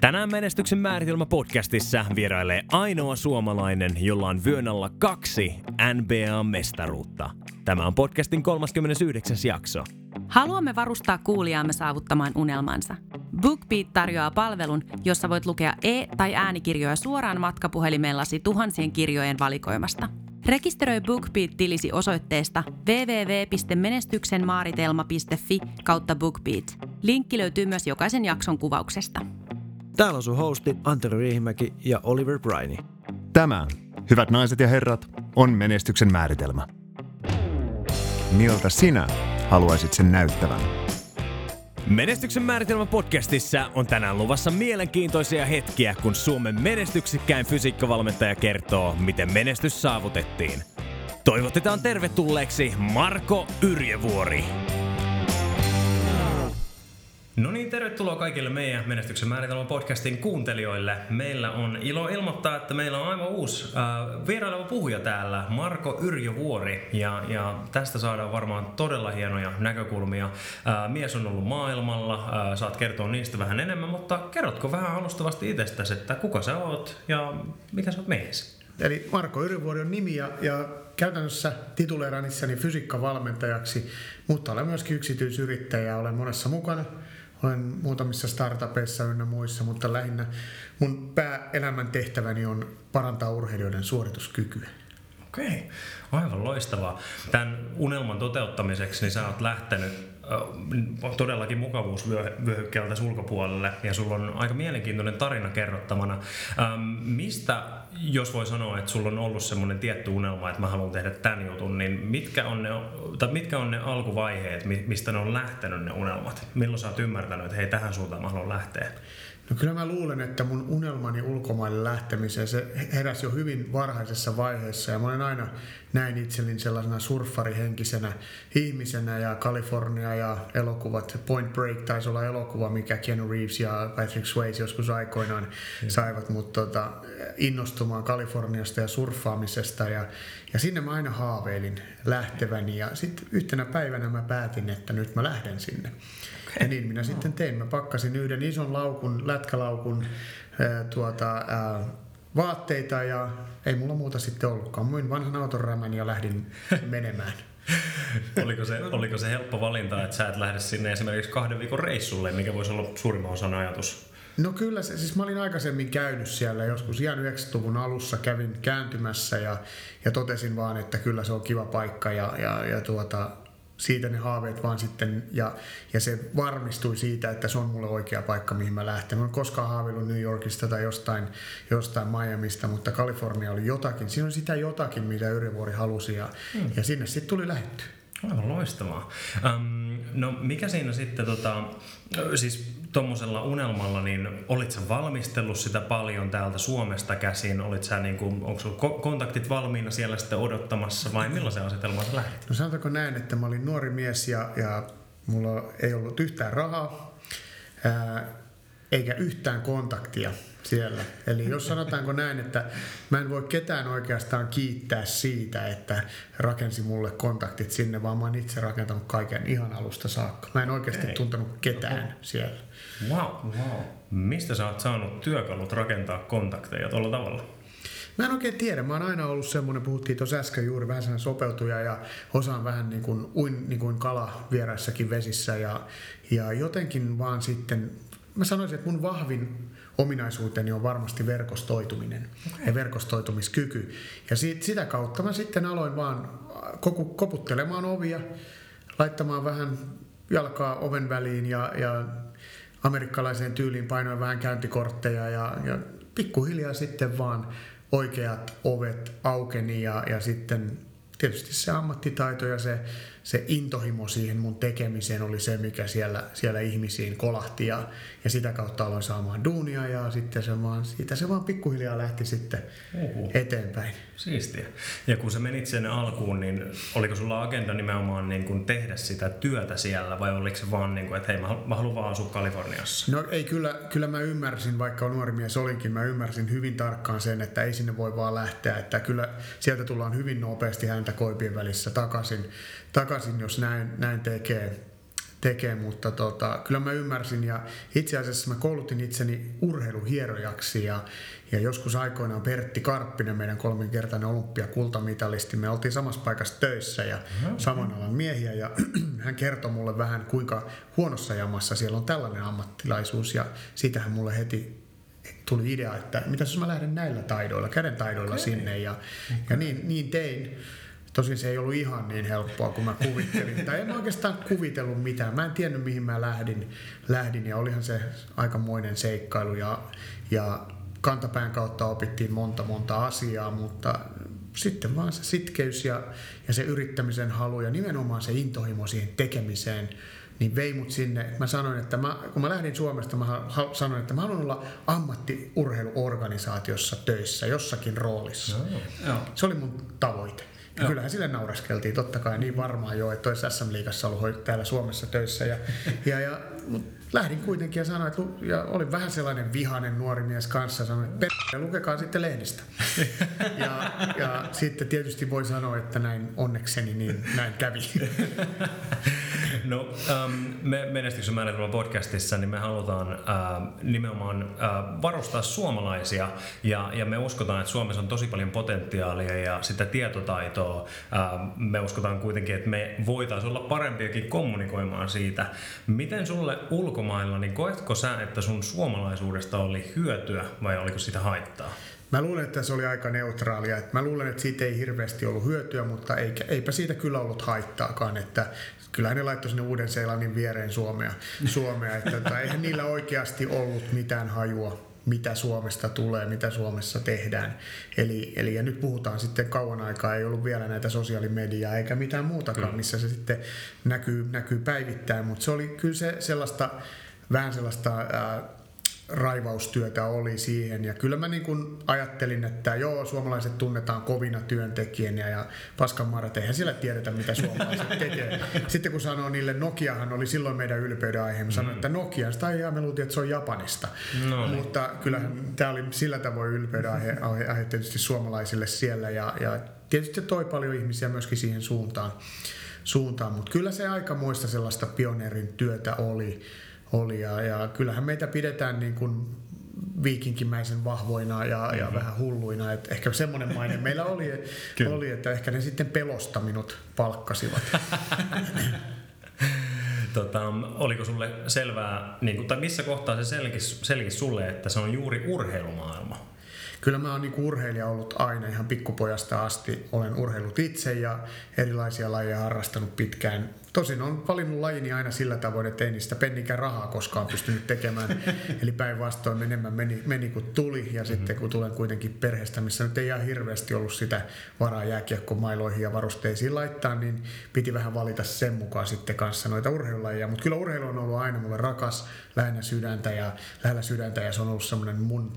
Tänään Menestyksen määritelmä podcastissa vierailee ainoa suomalainen, jolla on vyön alla 2 NBA-mestaruutta. Tämä on podcastin 39. jakso. Haluamme varustaa kuulijaamme saavuttamaan unelmansa. BookBeat tarjoaa palvelun, jossa voit lukea e- tai äänikirjoja suoraan matkapuhelimellasi tuhansien kirjojen valikoimasta. Rekisteröi BookBeat-tilisi osoitteesta www.menestyksenmaaritelma.fi/BookBeat. Linkki löytyy myös jokaisen jakson kuvauksesta. Täällä on sun hostit Antero Riihimäki ja Oliver Briney. Tämä, hyvät naiset ja herrat, on menestyksen määritelmä. Miltä sinä haluaisit sen näyttävän? Menestyksen määritelmä podcastissa on tänään luvassa mielenkiintoisia hetkiä, kun Suomen menestyksekkäin fysiikkavalmentaja kertoo, miten menestys saavutettiin. Toivotetaan tervetulleeksi Marko Yrjövuori. No niin, tervetuloa kaikille meidän Menestyksen määritelmä podcastin kuuntelijoille. Meillä on ilo ilmoittaa, että meillä on aivan uusi vieraileva puhuja täällä, Marko Yrjövuori. Ja tästä saadaan varmaan todella hienoja näkökulmia. Mies on ollut maailmalla, saat kertoa niistä vähän enemmän, mutta kerrotko vähän alustavasti itsestäsi, että kuka sä oot ja mikä sä oot mies? Eli Marko Yrjövuori on nimi ja käytännössä tituleeran itseni fysiikkavalmentajaksi, mutta olen myöskin yksityisyrittäjä, olen monessa mukana. Olen muutamissa startupeissa ynnä muissa, mutta lähinnä mun pääelämän tehtäväni on parantaa urheilijoiden suorituskykyä. Okei, aivan loistavaa. Tämän unelman toteuttamiseksi niin sä oot lähtenyt todellakin mukavuusvyöhykkeeltä ulkopuolelle ja sulla on aika mielenkiintoinen tarina kerrottavana. Mistä, jos voi sanoa, että sulla on ollut semmoinen tietty unelma, että mä haluan tehdä tämän jutun, niin mitkä on ne alkuvaiheet, mistä ne on lähtenyt ne unelmat? Milloin sä oot ymmärtänyt, että hei, tähän suuntaan mä haluan lähteä? No kyllä mä luulen, että mun unelmani ulkomaille lähtemiseen se heräsi jo hyvin varhaisessa vaiheessa ja mä olen aina näin itselleni sellaisena surffarihenkisenä ihmisenä ja California ja elokuvat. Point Break taisi olla elokuva, mikä Keanu Reeves ja Patrick Swayze joskus aikoinaan saivat mut innostumaan Kaliforniasta ja surffaamisesta ja sinne mä aina haaveilin lähteväni ja sitten yhtenä päivänä mä päätin, että nyt mä lähden sinne. Ja niin minä sitten tein. Mä pakkasin yhden ison lätkälaukun vaatteita ja ei mulla muuta sitten ollutkaan. Myin vanhan auton rämän ja lähdin menemään. Oliko se helppo valinta, että sä et lähde sinne esimerkiksi 2 viikon reissulle, mikä voisi olla suurimman osan ajatus? No kyllä, siis mä olin aikaisemmin käynyt siellä joskus ihan 90-luvun alussa, kävin kääntymässä ja totesin vaan, että kyllä se on kiva paikka ja siitä ne haaveet vaan sitten, ja se varmistui siitä, että se on mulle oikea paikka, mihin mä lähten. Mä en koskaan haaveillut New Yorkista tai jostain Miamista, mutta Kalifornia oli jotakin. Siinä on sitä jotakin, mitä Yrjövuori halusi, ja sinne sitten tuli lähdetty. Aivan loistavaa. No mikä siinä sitten, siis tuommoisella unelmalla, niin olit sä valmistellut sitä paljon täältä Suomesta käsin? Olit sä onko sulla kontaktit valmiina siellä sitten odottamassa vai milloin se asetelma sä lähdit? No sanotaanko näin, että mä olin nuori mies ja mulla ei ollut yhtään rahaa eikä yhtään kontaktia siellä. Eli jos sanotaanko näin, että mä en voi ketään oikeastaan kiittää siitä, että rakensi mulle kontaktit sinne, vaan mä oon itse rakentanut kaiken ihan alusta saakka. Mä en oikeasti tuntenut ketään siellä. Wow. Mistä sä oot saanut työkalut rakentaa kontakteja tuolla tavalla? Mä en oikein tiedä. Mä oon aina ollut semmoinen, puhuttiin tuossa äsken juuri vähän sellainen sopeutuja ja osaan vähän niin kuin kala vieraissakin vesissä ja jotenkin vaan sitten mä sanoisin, että mun vahvin ominaisuuteni on varmasti verkostoituminen ja verkostoitumiskyky. Ja sitä kautta mä sitten aloin vaan koputtelemaan ovia, laittamaan vähän jalkaa oven väliin ja amerikkalaiseen tyyliin painoin vähän käyntikortteja ja pikkuhiljaa sitten vaan oikeat ovet aukeni ja sitten tietysti se ammattitaito ja se intohimo siihen mun tekemiseen oli se, mikä siellä ihmisiin kolahti ja sitä kautta aloin saamaan duunia ja sitten siitä se vaan pikkuhiljaa lähti sitten eteenpäin. Siistiä. Ja kun sä menit sen alkuun, niin oliko sulla agenda nimenomaan niin kuin tehdä sitä työtä siellä vai oliko se vaan niin kuin, että hei mä haluan vaan asua Kaliforniassa? No ei, kyllä mä ymmärsin, vaikka nuori mies olinkin, mä ymmärsin hyvin tarkkaan sen, että ei sinne voi vaan lähteä, että kyllä sieltä tullaan hyvin nopeasti häntä koipien välissä takaisin jos näin tekee. mutta kyllä mä ymmärsin ja itse asiassa mä koulutin itseni urheiluhierojaksi ja joskus aikoinaan Pertti Karppinen, meidän 3-kertainen olympiakultamitalisti, me oltiin samassa paikassa töissä ja saman alan miehiä ja hän kertoi mulle vähän kuinka huonossa jamassa siellä on tällainen ammattilaisuus ja siitähän mulle heti tuli idea, että mitä jos mä lähden näillä taidoilla, käden taidoilla sinne ja niin tein. Tosin se ei ollut ihan niin helppoa kuin mä kuvittelin. Tai en mä oikeastaan kuvitellut mitään. Mä en tiennyt mihin mä lähdin ja olihan se aikamoinen seikkailu ja kantapään kautta opittiin monta asiaa, mutta sitten vaan se sitkeys ja se yrittämisen halu ja nimenomaan se intohimo siihen tekemiseen niin vei mut sinne. Mä sanoin, että kun mä lähdin Suomesta, mä sanoin, että mä haluan olla ammattiurheiluorganisaatiossa töissä, jossakin roolissa. Se oli mun tavoite. Ja kyllähän sille nauraskeltiin, totta kai niin varmaan jo, että olisi SM-liigassa ollut täällä Suomessa töissä. Ja lähdin kuitenkin ja sanoin, että olin vähän sellainen vihainen nuori mies kanssa ja sanoin, että lukekaa sitten lehdistä. ja sitten tietysti voi sanoa, että näin onnekseni niin näin kävi. No, me Menestyksen määritelmä podcastissa, niin me halutaan nimenomaan varustaa suomalaisia ja me uskotaan, että Suomessa on tosi paljon potentiaalia ja sitä tietotaitoa. Me uskotaan kuitenkin, että me voitaisiin olla parempiakin kommunikoimaan siitä. Miten sulle ulkomailla, niin koetko sä, että sun suomalaisuudesta oli hyötyä vai oliko siitä haittaa? Mä luulen, että se oli aika neutraalia. Mä luulen, että siitä ei hirveästi ollut hyötyä, mutta eipä siitä kyllä ollut haittaakaan. Että kyllähän ne laittoi sinne Uuden-Seelannin viereen Suomea että eihän niillä oikeasti ollut mitään hajua, mitä Suomesta tulee, mitä Suomessa tehdään. Eli ja nyt puhutaan sitten kauan aikaa, ei ollut vielä näitä sosiaalimediaa eikä mitään muutakaan, missä se sitten näkyy päivittäin, mutta se oli kyllä se vähän sellaista raivaustyötä oli siihen ja kyllä mä niin kuin ajattelin, että suomalaiset tunnetaan kovina työntekijänä ja paskanmarjat, eihän siellä tiedetä mitä suomalaiset tekee. Sitten kun sanoo niille, Nokiahan oli silloin meidän ylpeyden aihe, mä sanoin, että Nokiasta me luultiin, että se on Japanista. No. Mutta kyllähän tämä oli sillä tavoin ylpeyden aihe tietysti suomalaisille siellä ja tietysti toi paljon ihmisiä myöskin siihen suuntaan, mutta kyllä se aikamoista sellaista pioneerin työtä oli ja kyllähän meitä pidetään niin kuin viikinkimäisen vahvoina ja vähän hulluina, että ehkä semmoinen maine meillä oli, että ehkä ne sitten pelosta minut palkkasivat. Oliko sulle selvää, niin kuin, tai missä kohtaa se selkisi sulle, että se on juuri urheilumaailma? Kyllä mä oon niin kuin urheilija ollut aina ihan pikkupojasta asti. Olen urheilut itse ja erilaisia lajeja harrastanut pitkään. Tosin on valinnut lajini aina sillä tavoin, että ei niistä pennikään rahaa koskaan pystynyt tekemään. Eli päinvastoin enemmän meni kuin tuli. Ja sitten kun tulen kuitenkin perheestä, missä nyt ei ihan hirveästi ollut sitä varaa jääkiekkomailoihin ja varusteisiin laittaa, niin piti vähän valita sen mukaan sitten kanssa noita urheilulajeja. Mutta kyllä urheilu on ollut aina mulle rakas, lähellä sydäntä ja se on ollut semmoinen mun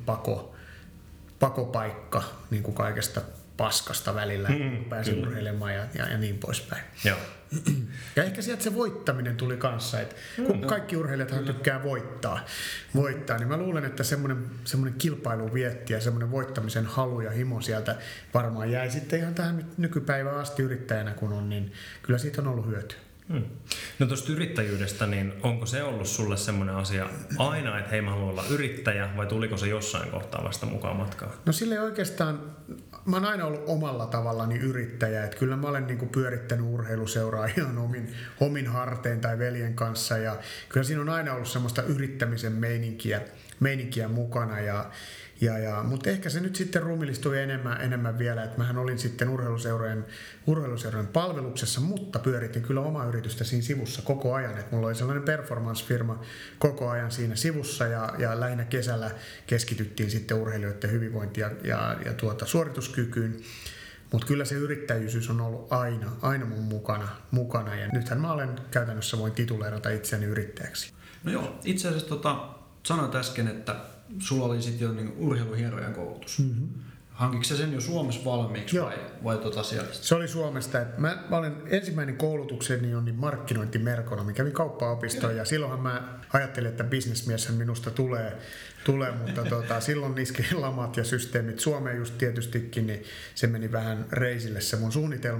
pakopaikka niin kuin kaikesta paskasta välillä, pääsin urheilemaan ja niin poispäin. Joo. Ja ehkä sieltä se voittaminen tuli kanssa, että kun kaikki urheilijathan tykkää voittaa, niin mä luulen, että semmoinen kilpailu vietti ja semmoinen voittamisen halu ja himo sieltä varmaan jäi sitten ihan tähän nykypäivään asti yrittäjänä kun on, niin kyllä siitä on ollut hyötyä. No tuosta yrittäjyydestä, niin onko se ollut sulle semmoinen asia aina, että hei mä haluan olla yrittäjä, vai tuliko se jossain kohtaa vasta mukaan matkaan? No sille oikeastaan, mä oon aina ollut omalla tavallani yrittäjä, että kyllä mä olen niinku pyörittänyt urheiluseuraa ihan omin hartein tai veljen kanssa ja kyllä siinä on aina ollut semmoista yrittämisen meininkiä mukana mutta ehkä se nyt sitten rumilistui enemmän vielä, että mähän olin sitten urheiluseurojen palveluksessa, mutta pyöritin kyllä omaa yritystä siinä sivussa koko ajan, että mulla oli sellainen performance-firma koko ajan siinä sivussa ja lähinnä kesällä keskityttiin sitten urheilijoiden hyvinvointiin ja suorituskykyyn. Mutta kyllä se yrittäjyys on ollut aina mun mukana ja nythän mä olen käytännössä voin tituleerata itseäni yrittäjäksi. No joo, itse asiassa sanoit äsken, että sulla oli sitten jo niin urheiluhierojan koulutus. Mm-hmm. Hankitko sä sen jo Suomessa valmiiksi vai sieltä? Se oli Suomesta. Mä olen ensimmäinen koulutukseni on niin markkinointimerkonomi. Kävin kauppaopistoon ja silloinhan mä ajattelin, että bisnesmieshän minusta tulee mutta silloin iski lamat ja systeemit Suomeen just tietystikin, niin se meni vähän reisille se mun suunnitelma.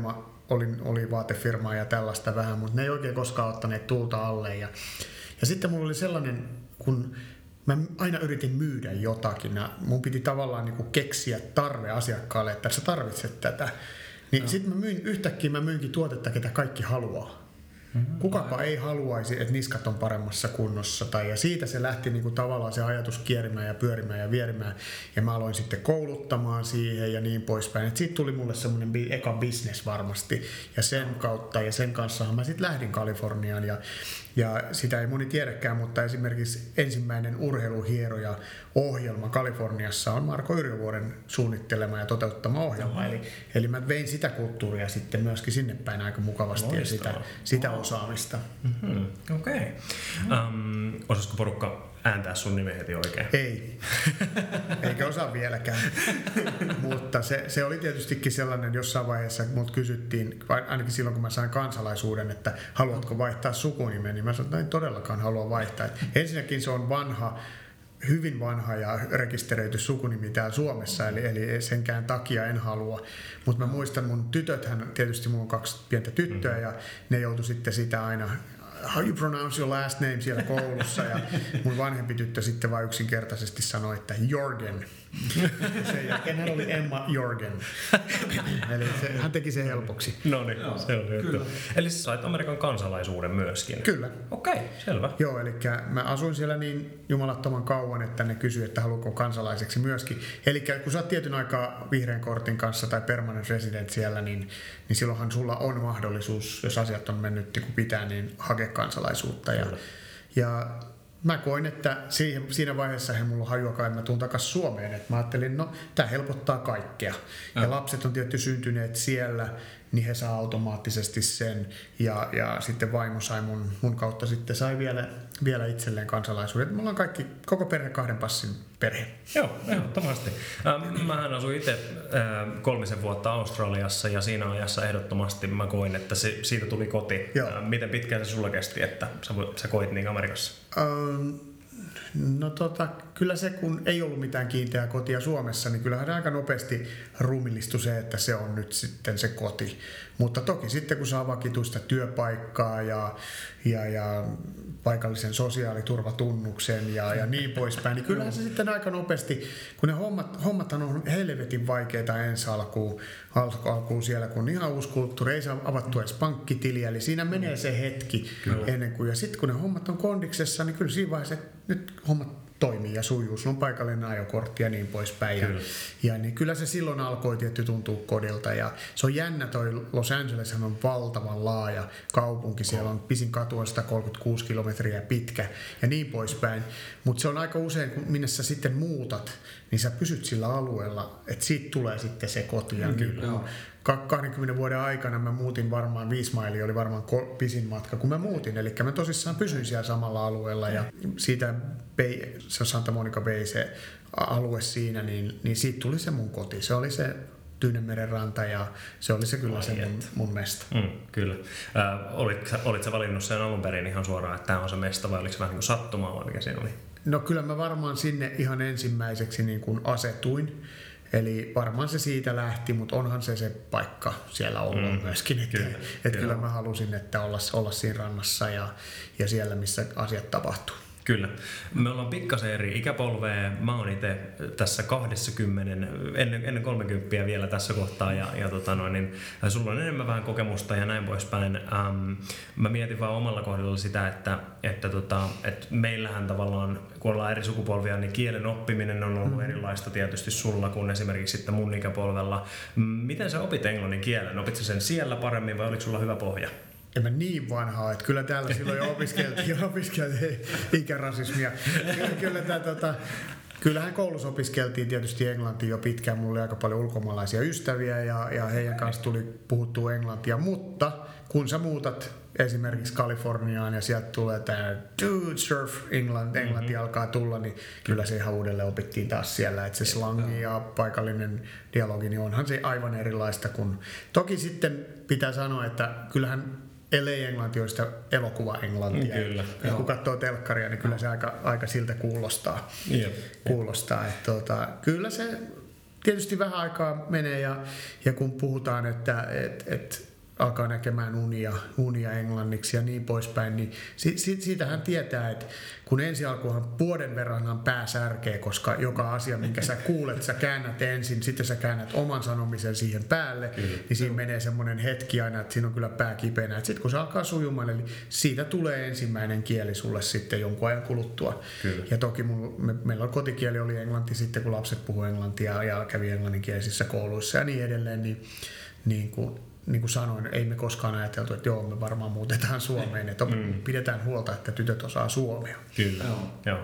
oli vaatefirmaa ja tällaista vähän, mutta ne ei oikein koskaan ottaneet tulta alle. Ja sitten mulla oli sellainen, kun mä aina yritin myydä jotakin ja mun piti tavallaan niin kuin keksiä tarve asiakkaalle, että sä tarvitset tätä. Niin sitten yhtäkkiä mä myinkin tuotetta, ketä kaikki haluaa. Kukapa ei haluaisi, että niskat on paremmassa kunnossa. Ja siitä se lähti niin kuin tavallaan se ajatus kierimään ja pyörimään ja vierimään. Ja mä aloin sitten kouluttamaan siihen ja niin poispäin. Et siitä tuli mulle semmoinen eka business varmasti. Ja sen kautta ja sen kanssahan mä sitten lähdin Kaliforniaan. Ja sitä ei moni tiedäkään, mutta esimerkiksi ensimmäinen urheiluhieroja-ohjelma Kaliforniassa on Marko Yrjövuoren suunnittelema ja toteuttama ohjelma. Eli mä vein sitä kulttuuria sitten myöskin sinne päin aika mukavasti ja sitä osaamista. Okei. Osaisiko porukka ääntää sun nimen heti oikein? Ei. Eikä osaa vieläkään. Mutta se oli tietystikin sellainen jossain vaiheessa, mut kysyttiin, ainakin silloin kun mä sain kansalaisuuden, että haluatko vaihtaa sukunimen, niin mä sanoin, että en todellakaan halua vaihtaa. Ensinnäkin se on hyvin vanha ja rekisteröity sukunimi täällä Suomessa, eli senkään takia en halua. Mutta mä muistan mun tytöthän, tietysti mulla on 2 pientä tyttöä, ja ne joutu sitten sitä aina, how you pronounce your last name siellä koulussa, ja mun vanhempi tyttö sitten vaan yksinkertaisesti sanoi, että Jorgen. Sen jälkeen hän oli Emma Jorgen. Eli hän teki sen helpoksi. No niin, se on hyvä. Eli sä sait Amerikan kansalaisuuden myöskin? Kyllä. Okei, selvä. Joo, eli mä asuin siellä niin jumalattoman kauan, että ne kysyi, että haluatko kansalaiseksi myöskin. Eli kun sä oot tietyn aikaa vihreän kortin kanssa tai permanent resident siellä, niin silloinhan sulla on mahdollisuus, jos asiat on mennyt niin kuin pitää, niin hakea kansalaisuutta. Ja mä koin, että siinä vaiheessa he mulla hajuakaan, että mä tuun takaisin Suomeen. Et mä ajattelin, no tää helpottaa kaikkea. Ja lapset on tietysti syntyneet siellä, niin he saa automaattisesti sen. Ja sitten vaimo sai mun kautta sitten sai vielä itselleen kansalaisuuden. Me ollaan koko perhe 2 passin perhe. Joo, ehdottomasti. Mähän asuin itse 3 vuotta Australiassa ja siinä ajassa ehdottomasti mä koin, että siitä tuli koti. Miten pitkään se sulla kesti, että sä koit niin Amerikassa? No kyllä se, kun ei ollut mitään kiinteää kotia Suomessa, niin kyllähän aika nopeasti ruumillistui se, että se on nyt sitten se koti. Mutta toki sitten, kun saa vakituista työpaikkaa ja paikallisen sosiaaliturvatunnuksen ja niin poispäin, niin kyllähän se sitten aika nopeasti, kun ne hommathan on helvetin vaikeita ensi alkuun siellä, kun ihan uusi kulttuuri, ei saa avattua edes pankkitiliä, eli siinä menee se hetki ennen kuin, ja sitten kun ne hommat on kondiksessa, niin kyllä siinä vaiheessa, nyt hommat toimii ja sujuu, sulla on paikallinen ajokortti ja niin poispäin. Ja niin kyllä se silloin alkoi tietty tuntua kodilta. Ja se on jännä, toi Los Angeles on valtavan laaja kaupunki. Siellä on pisin katu on 136 kilometriä pitkä ja niin poispäin. Mutta se on aika usein, kun minne sä sitten muutat, niin sä pysyt sillä alueella, että siitä tulee sitten se koti. Ja 20 vuoden aikana mä muutin varmaan 5 mailia, oli varmaan pisin matka, kun mä muutin. Eli mä tosissaan pysyin siellä samalla alueella ja siitä se on Santa Monica Bay se alue siinä, niin siitä tuli se mun koti. Se oli se Tyynenmeren ranta ja se oli se kyllä se mun mesta. Kyllä. Olit sä valinnut sen alun perin ihan suoraan, että tämä on se mesta vai oliko se vähän niin kuin sattumaa vai mikä siinä oli? No kyllä mä varmaan sinne ihan ensimmäiseksi niin kuin asetuin. Eli varmaan se siitä lähti, mutta onhan se paikka siellä ollut myöskin. Että kyllä mä halusin, että olla siinä rannassa ja siellä, missä asiat tapahtuu. Kyllä. Me ollaan pikkasen eri ikäpolvea. Mä oon itse tässä 20, ennen 30 vielä tässä kohtaa ja niin, sulla on enemmän vähän kokemusta ja näin poispäin. Mä mietin vaan omalla kohdalla sitä, että meillähän tavallaan, kun ollaan eri sukupolvia, niin kielen oppiminen on ollut erilaista tietysti sulla kuin esimerkiksi sitten mun ikäpolvella. Miten sä opit englannin kielen? Opit sä sen siellä paremmin vai oliko sulla hyvä pohja? En mä niin vanhaa, että kyllä täällä silloin jo opiskeltiin ikärasismia. Kyllähän koulussa opiskeltiin tietysti englantia jo pitkään. Mulla oli aika paljon ulkomaalaisia ystäviä ja heidän kanssa tuli puhuttua englantia. Mutta kun sä muutat esimerkiksi Kaliforniaan ja sieltä tulee tämä dude surf englanti alkaa tulla, niin kyllä se ihan uudelleen opittiin taas siellä. Että se slangi ja paikallinen dialogi, niin onhan se aivan erilaista kuin... Toki sitten pitää sanoa, että kyllähän LA-englanti on sitä elokuva-englantia. Kyllä. Ja kun katsoo telkkaria, niin kyllä se aika siltä kuulostaa. Kuulostaa. Että kyllä se tietysti vähän aikaa menee ja kun puhutaan, että alkaa näkemään unia englanniksi ja niin poispäin, niin siitähän tietää, että kun ensi alkuunhan vuoden verranhan pää särkee, koska joka asia, minkä sä kuulet, sä käännät ensin, sitten sä käännät oman sanomisen siihen päälle, niin siinä menee semmoinen hetki aina, että siinä on kyllä pää kipeänä. Sitten kun se alkaa sujumaan, eli siitä tulee ensimmäinen kieli sulle sitten jonkun ajan kuluttua. Kyllä. Ja toki meillä on kotikieli oli englanti sitten, kun lapset puhuu englantia ja kävi englanninkielisissä kouluissa ja niin edelleen, niin kuin sanoin, ei me koskaan ajateltu, että joo, me varmaan muutetaan Suomeen, että pidetään huolta, että tytöt osaa suomea. Kyllä, joo.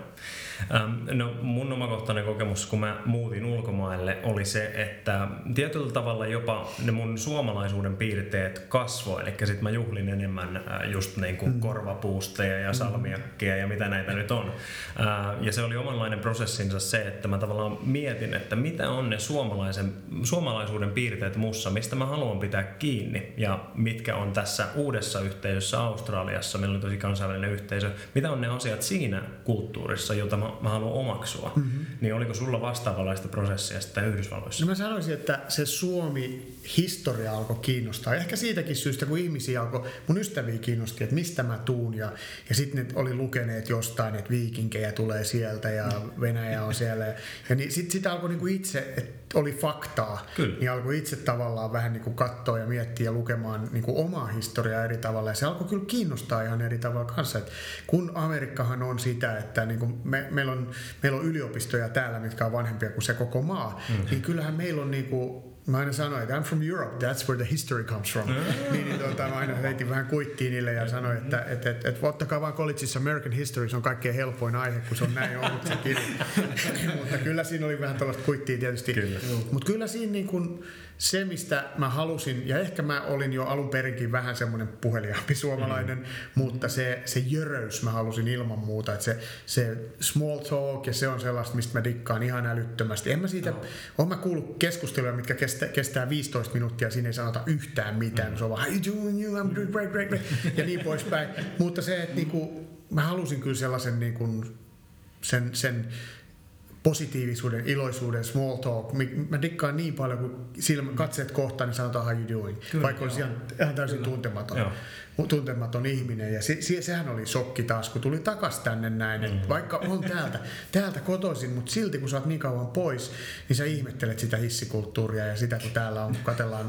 No mun omakohtainen kokemus, kun mä muutin ulkomaille, oli se, että tietyllä tavalla jopa ne mun suomalaisuuden piirteet kasvoi, eli sit mä juhlin enemmän just niin kuin korvapuusteja ja salmiakkia ja mitä näitä nyt on. Ja se oli omanlainen prosessinsa se, että mä tavallaan mietin, että mitä on ne suomalaisuuden piirteet mussa, mistä mä haluan pitää kiinni ja mitkä on tässä uudessa yhteisössä Australiassa, meillä on tosi kansainvälinen yhteisö, mitä on ne asiat siinä kulttuurissa, jota mä haluan omaksua. Niin oliko sulla vastaavanlaista prosessia sitten Yhdysvalloissa? No mä sanoisin, että se Suomi-historia alkoi kiinnostaa. Ehkä siitäkin syystä, kun ihmisiä mun ystäviä kiinnosti, että mistä mä tuun. Ja sitten ne oli lukeneet jostain, että viikinkejä tulee sieltä ja Venäjä on siellä. Ja niin sitä alkoi niinku itse, että oli faktaa. Kyllä. Niin alkoi itse tavallaan vähän niinku katsoa ja miettiä ja lukemaan niinku omaa historiaa eri tavalla. Ja se alkoi kyllä kiinnostaa ihan eri tavalla kanssa. Et kun Amerikkahan on sitä, että niinku meillä on yliopistoja täällä, mitkä on vanhempia kuin se koko maa, niin kyllähän meillä on niinku, mä aina sanoin, että I'm from Europe, that's where the history comes from. Mä aina heitin vähän kuittiin niille ja sanoin, että ottakaa vaan collegeissa American History, se on kaikkein helpoin aihe, kun se on näin ollut se kirja. Mutta kyllä siinä oli vähän tällaista kuittia tietysti. Mutta kyllä siinä niin kun se, mistä mä halusin, ja ehkä mä olin jo alun perinkin vähän semmoinen puheliaampi suomalainen, mutta se jöröys mä halusin ilman muuta, että se small talk ja se on sellaista, mistä mä dikkaan ihan älyttömästi. En mä siitä, oon mä kuullut keskusteluja, mitkä kestää 15 minuuttia, siinä ei sanota yhtään mitään, se on vaan, how you doing, you, I'm doing great, ja niin poispäin. Mutta se, että niinku, mä halusin kyllä sellaisen niinku, sen positiivisuuden, iloisuuden, small talk. Mä dikkaan niin paljon, kun katseet kohtaan, niin sanotaan how you doing. Kyllä, vaikka olisi ihan täysin tuntematon ihminen. Ja sehän oli shokki taas, kun tuli takas tänne näin. Että vaikka on täältä kotoisin, mutta silti kun sä oot niin kauan pois, niin sä ihmettelet sitä hissikulttuuria ja sitä, kun täällä on,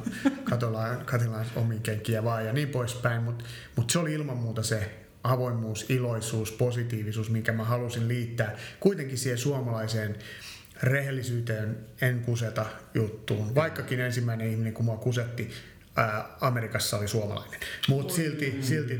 katellaan omiin kenkiä vaan ja niin poispäin. Mutta se oli ilman muuta se avoimuus, iloisuus, positiivisuus, minkä mä halusin liittää kuitenkin siihen suomalaiseen rehellisyyteen, en kuseta juttuun. Vaikkakin ensimmäinen ihminen, kun mua kusetti Amerikassa, oli suomalainen. Mutta silti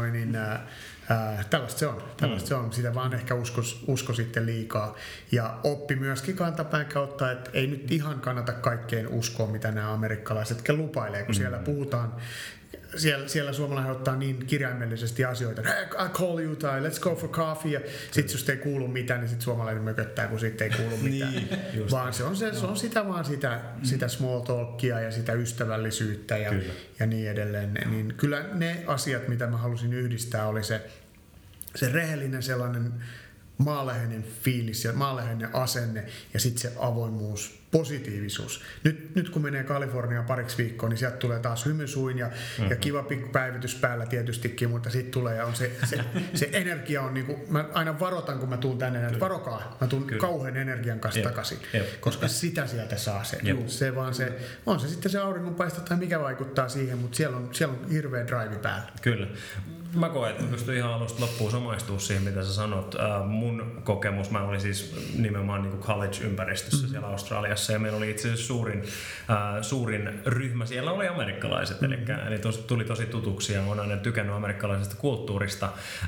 tällaista se on. Sitä vaan ehkä usko sitten liikaa. Ja oppi myöskin kantapäin kautta, että ei nyt ihan kannata kaikkeen uskoa, mitä nämä amerikkalaiset lupailee, kun siellä puhutaan. Siellä suomalaiset ottaa niin kirjaimellisesti asioita, hey, I'll call you tai let's go for coffee, ja sit jos ei kuulu mitään, niin sit suomalainen mököttää, kun sit ei kuulu mitään. Vaan se on sitä small talkia ja sitä ystävällisyyttä ja niin edelleen. Niin kyllä ne asiat, mitä mä halusin yhdistää, oli se rehellinen sellainen maanläheinen fiilis ja maanläheinen asenne ja sitten se avoimuus, positiivisuus. Nyt kun menee Kaliforniaan pariksi viikkoon, niin sieltä tulee taas hymysuin ja kiva pikku päivitys päällä tietystikin, mutta sitten tulee ja on se energia on niin kuin, mä aina varoitan, kun mä tuun tänne, että varokaa, mä tuun kauhean energian kanssa takaisin, koska sitä sieltä saa se vaan se, on se sitten se auringonpaiste tai mikä vaikuttaa siihen, mutta siellä on hirveä drive päällä. Kyllä. Mä koen, että pystyn ihan alusta loppuun samaistua siihen, mitä sä sanot. Mun kokemus, mä olin siis nimenomaan niin kuin college-ympäristössä siellä Australiassa, ja meillä oli itse asiassa suurin ryhmä siellä oli amerikkalaiset, eli tuli tosi tutuksi ja olen aina tykännyt amerikkalaisesta kulttuurista.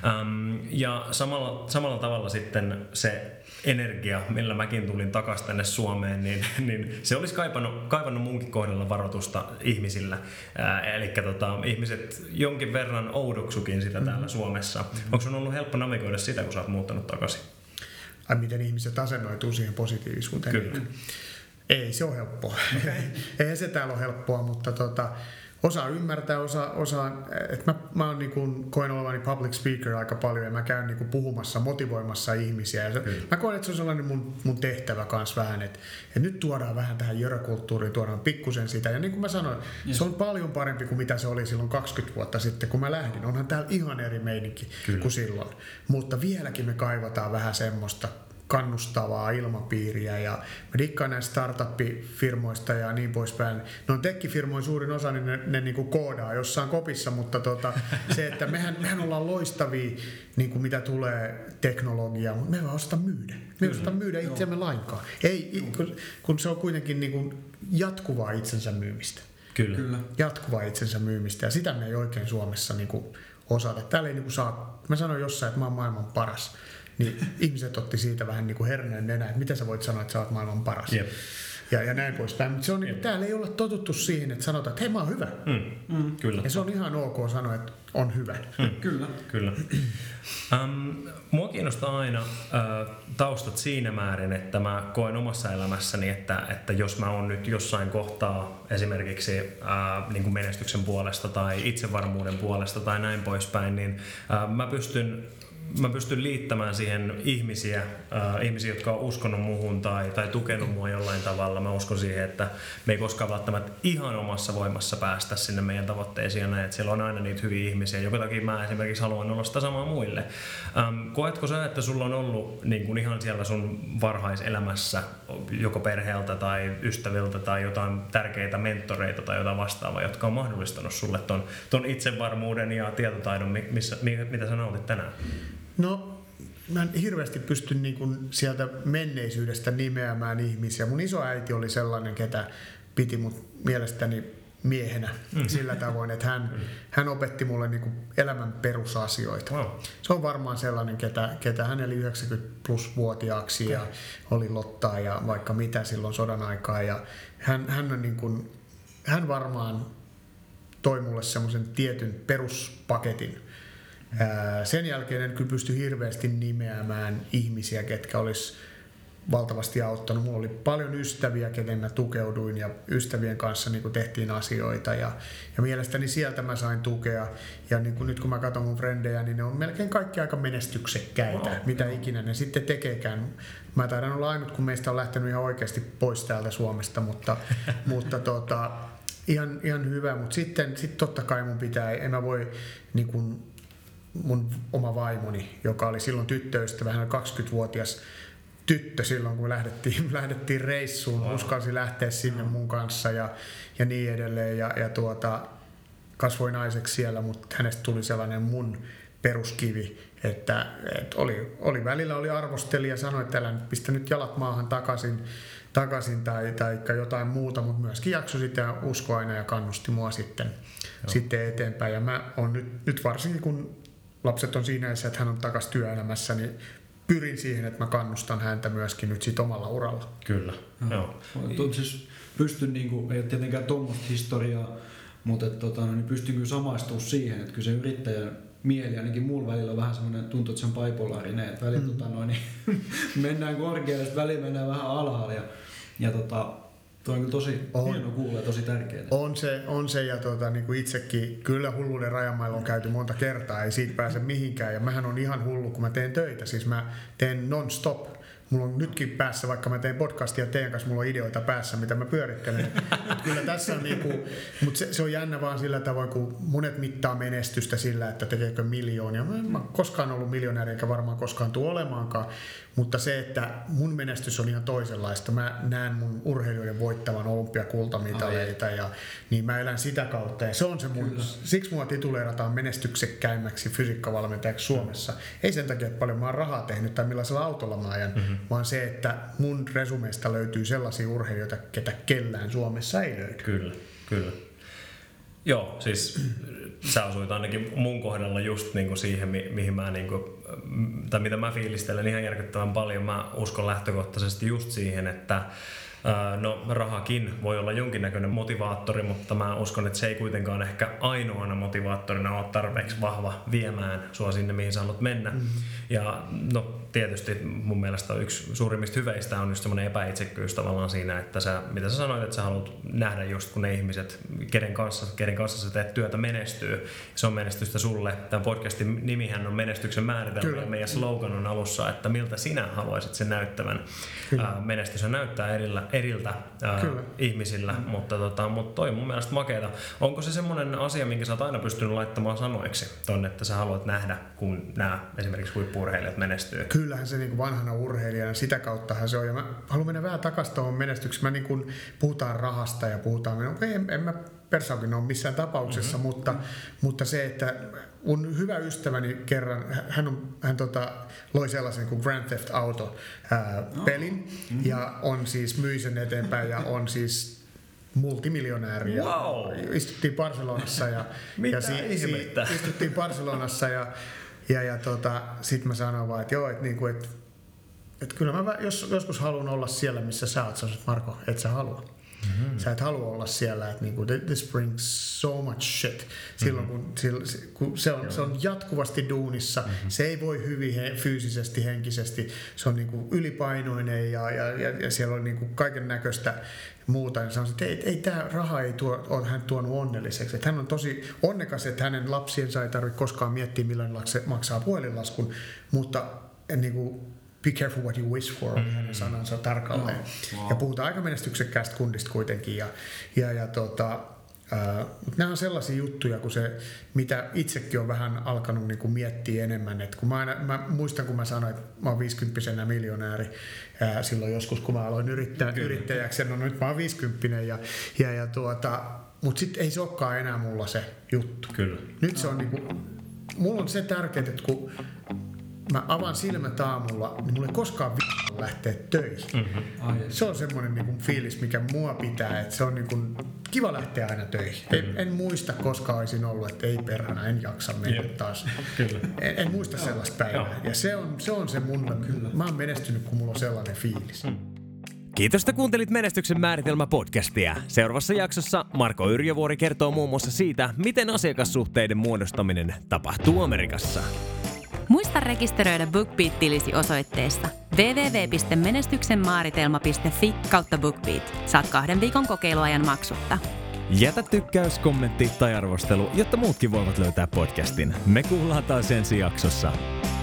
Ja samalla tavalla sitten se energia, millä mäkin tulin takaisin tänne Suomeen, niin se olisi kaivannut munkin kohdalla varoitusta ihmisillä. Eli ihmiset jonkin verran oudoksukin sitä täällä Suomessa. Onko sun ollut helppo navigoida sitä, kun sä oot muuttanut takaisin? Ai miten ihmiset asennoituu siihen positiivisuuteen? Kyllä. Ei se ole helppoa. Ei se täällä ole helppoa, mutta osaa ymmärtää, että mä oon niin kuin, koen olevani public speaker aika paljon ja mä käyn niin kuin puhumassa, motivoimassa ihmisiä. Ja mä koen, että se on sellainen mun tehtävä kans vähän, että nyt tuodaan vähän tähän jörökulttuuriin, tuodaan pikkusen sitä. Ja niin kuin mä sanoin, se on paljon parempi kuin mitä se oli silloin 20 vuotta sitten, kun mä lähdin. Onhan täällä ihan eri meininki kuin silloin. Mutta vieläkin me kaivataan vähän semmoista kannustavaa ilmapiiriä ja mä dikkaan näistä startup-firmoista ja niin poispäin. No tech-firmojen suurin osa, niin ne niin kuin koodaa jossain kopissa, mutta se, että mehän ollaan loistavia, niin kuin mitä tulee teknologiaan, mutta me ei vaan osata myydä. Me ei osata myydä itseämme lainkaan. Ei, kun se on kuitenkin niin kuin jatkuvaa itsensä myymistä. Kyllä. Jatkuvaa itsensä myymistä ja sitä me ei oikein Suomessa niin kuin osata. Täällä ei niin kuin saa, mä sanoin jossain, että mä oon maailman paras. Niin ihmiset otti siitä vähän niin kuin herneen nenä, että miten sä voit sanoa, että sä oot maailman paras. Yep. Ja näin poispäin. Mutta se on, niin täällä ei olla totuttu siihen, että sanotaan, että hei mä oon hyvä. Kyllä. Ja se on ihan ok sanoa, että on hyvä. Kyllä. Mua kiinnostaa aina taustat siinä määrin, että mä koen omassa elämässäni, että jos mä oon nyt jossain kohtaa esimerkiksi niin kuin menestyksen puolesta tai itsevarmuuden puolesta tai näin poispäin, niin mä pystyn liittämään siihen ihmisiä, jotka on uskonut muuhun tai tukenut mua jollain tavalla. Mä uskon siihen, että me ei koskaan välttämättä ihan omassa voimassa päästä sinne meidän tavoitteisiin ja näin, että siellä on aina niitä hyviä ihmisiä. Joka takia mä esimerkiksi haluan olla sitä samaa muille. Koetko sä, että sulla on ollut niin kuin ihan siellä sun varhaiselämässä joko perheeltä tai ystäviltä tai jotain tärkeitä mentoreita tai jotain vastaavaa, jotka on mahdollistanut sulle ton itsevarmuuden ja tietotaidon, mitä sä nautit tänään? No, mä en hirveästi pysty niin kuin sieltä menneisyydestä nimeämään ihmisiä. Mun isoäiti oli sellainen, ketä piti mut mielestäni miehenä sillä tavoin, että hän opetti mulle niin kuin elämän perusasioita. Wow. Se on varmaan sellainen, ketä hän eli 90+-vuotiaaksi ja oli lottaa ja vaikka mitä silloin sodan aikaa. Ja hän on niin kuin, hän varmaan toi mulle semmoisen tietyn peruspaketin. Sen jälkeen en kyllä pysty hirveästi nimeämään ihmisiä, ketkä olisi valtavasti auttanut. Mulla oli paljon ystäviä, kenen mä tukeuduin ja ystävien kanssa niin kuin tehtiin asioita ja mielestäni sieltä mä sain tukea. Ja niin kuin nyt kun mä katson mun frendejä, niin ne on melkein kaikki aika menestyksekkäitä, mitä ikinä ne sitten tekeekään. Mä taidan olla ainut, kun meistä on lähtenyt ihan oikeasti pois täältä Suomesta, mutta ihan hyvä. Mutta sitten totta kai mun pitää, en mä voi niin kuin mun oma vaimoni, joka oli silloin tyttöystävä, hän oli 20-vuotias tyttö silloin, kun lähdettiin reissuun, uskalsi lähteä sinne mun kanssa ja niin edelleen. Ja kasvoi naiseksi siellä, mutta hänestä tuli sellainen mun peruskivi, että oli välillä oli arvostelija, sanoi, että älä nyt pistä nyt jalat maahan takaisin tai jotain muuta, mutta myöskin jaksoi sitä ja uskoi aina ja kannusti mua sitten eteenpäin. Ja mä oon nyt varsinkin, kun lapset on siinä edessä, että hän on takaisin työelämässä, niin pyrin siihen, että mä kannustan häntä myöskin nyt sit omalla uralla. Kyllä, joo. Siis pystyn, niinku, ei ole tietenkään tuommoista historiaa, mutta niin pystyn kyllä samaistumaan siihen, että kyllä se yrittäjän mieli, ainakin mulla välillä on vähän semmoinen, tuntuu, että se on bipolaarinen, että välillä mennään korkealle, sitten välillä mennään vähän alhaalla ja tuo on kyllä tosi hieno kuulla ja tosi tärkeää. On se ja niin kuin itsekin, kyllä hulluuden rajamailla on käyty monta kertaa, ei siitä pääse mihinkään. Ja mähän on ihan hullu, kun mä teen töitä, siis mä teen non-stop. Mulla on nytkin päässä, vaikka mä teen podcastia teidän kanssa, mulla on ideoita päässä, mitä mä pyörittelen. Kyllä tässä on niinku, mutta se on jännä vaan sillä tavoin, kun monet mittaa menestystä sillä, että tekeekö miljoonia. Mä en koskaan ollut miljonääri, eikä varmaan koskaan tule olemaankaan. Mutta se, että mun menestys on ihan toisenlaista. Mä näen mun urheilijoiden voittavan olympiakultamitaleita ja niin mä elän sitä kautta. Ja se on se mun, siksi mua tituleerataan menestyksekkäimmäksi fysiikkavalmentajaksi Suomessa. Ei sen takia, että paljon mä oon rahaa tehnyt tai millaisella autolla mä ajan, vaan se, että mun resumeista löytyy sellaisia urheilijoita, ketä kellään Suomessa ei löydy. Kyllä. Joo, siis sä osuit ainakin mun kohdalla just niinku siihen, mihin mä niinku tai mitä mä fiilistelen ihan järkyttävän paljon, mä uskon lähtökohtaisesti just siihen, että no rahakin voi olla jonkinnäköinen motivaattori, mutta mä uskon, että se ei kuitenkaan ehkä ainoana motivaattorina ole tarpeeksi vahva viemään sua sinne, mihin sä haluat mennä. Ja no tietysti mun mielestä yksi suurimmista hyveistä on just semmoinen epäitsekkyys tavallaan siinä, että mitä sä sanoit, että sä haluat nähdä just kun ne ihmiset, kenen kanssa sä teet työtä, menestyy. Se on menestystä sulle. Tämän podcastin nimihän on menestyksen määritelmä ja meidän slogan on alussa, että miltä sinä haluaisit sen näyttävän. Menestys näyttää eriltä ihmisillä, mutta toi on mun mielestä makeeta. Onko se semmoinen asia, minkä sä oot aina pystynyt laittamaan sanoiksi tonne, että sä haluat nähdä, kun nämä esimerkiksi huippu-urheilijat menestyy? Kyllähän se niin vanhana urheilijana, sitä kauttahan se on. Ja mä haluan mennä vähän takaisin tuohon menestykseen. Mä niin puhutaan rahasta ja puhutaan, en mä persaukin ole missään tapauksessa, mutta se, että mun hyvä ystäväni kerran, hän loi sellaisen kuin Grand Theft Auto pelin ja on siis myi sen eteenpäin ja on siis multimiljonääri. Wow. Istuttiin Barcelonassa ja istuttiin Barcelonassa ja sitten mä sanoin vaan, että joo, että kyllä mä joskus haluan olla siellä, missä sä oot. Sanoit, Marko, et sä halua. Sä et halua olla siellä, että this brings so much shit. Silloin kun se on jatkuvasti duunissa, se ei voi hyvin fyysisesti, henkisesti, se on ylipainoinen ja siellä on kaiken näköistä muuta. Ja sanoin, että ei tämä raha ei ole hän tuonut onnelliseksi. Että hän on tosi onnekas, että hänen lapsiensa ei tarvitse koskaan miettiä, millainen se maksaa puhelinlaskun, mutta be careful what you wish for, oli hänen sanansa tarkalleen. Ja puhutaan aika menestyksekkäästä kundista kuitenkin. Nämä on sellaisia juttuja, kun se, mitä itsekin on vähän alkanut miettiä enemmän. Et kun mä muistan, kun mä sanoin, että mä oon 50-vuotias miljonääri silloin joskus, kun mä aloin yrittäjäksi. No nyt mä oon 50, mutta sitten ei se olekaan enää mulla se juttu. Kyllä. Nyt se on mulla on se tärkeää, että kun mä avaan silmät aamulla, niin mulla ei koskaan lähteä töihin. Se on semmoinen fiilis, mikä mua pitää, että se on kiva lähteä aina töihin. En muista koskaan olisin ollut, että ei perhana, en jaksa mennä taas. En muista sellaista päivää. Ja se on se mun, mä oon menestynyt, kun mulla on sellainen fiilis. Kiitos, että kuuntelit Menestyksen määritelmä podcastia. Seuraavassa jaksossa Marko Yrjövuori kertoo muun muassa siitä, miten asiakassuhteiden muodostaminen tapahtuu Amerikassa. Muista rekisteröidä BookBeat-tilisi osoitteessa www.menestyksenmaaritelma.fi/BookBeat. Saat 2 viikon kokeiluajan maksutta. Jätä tykkäys, kommentti tai arvostelu, jotta muutkin voivat löytää podcastin. Me kuullaan taas ensi jaksossa.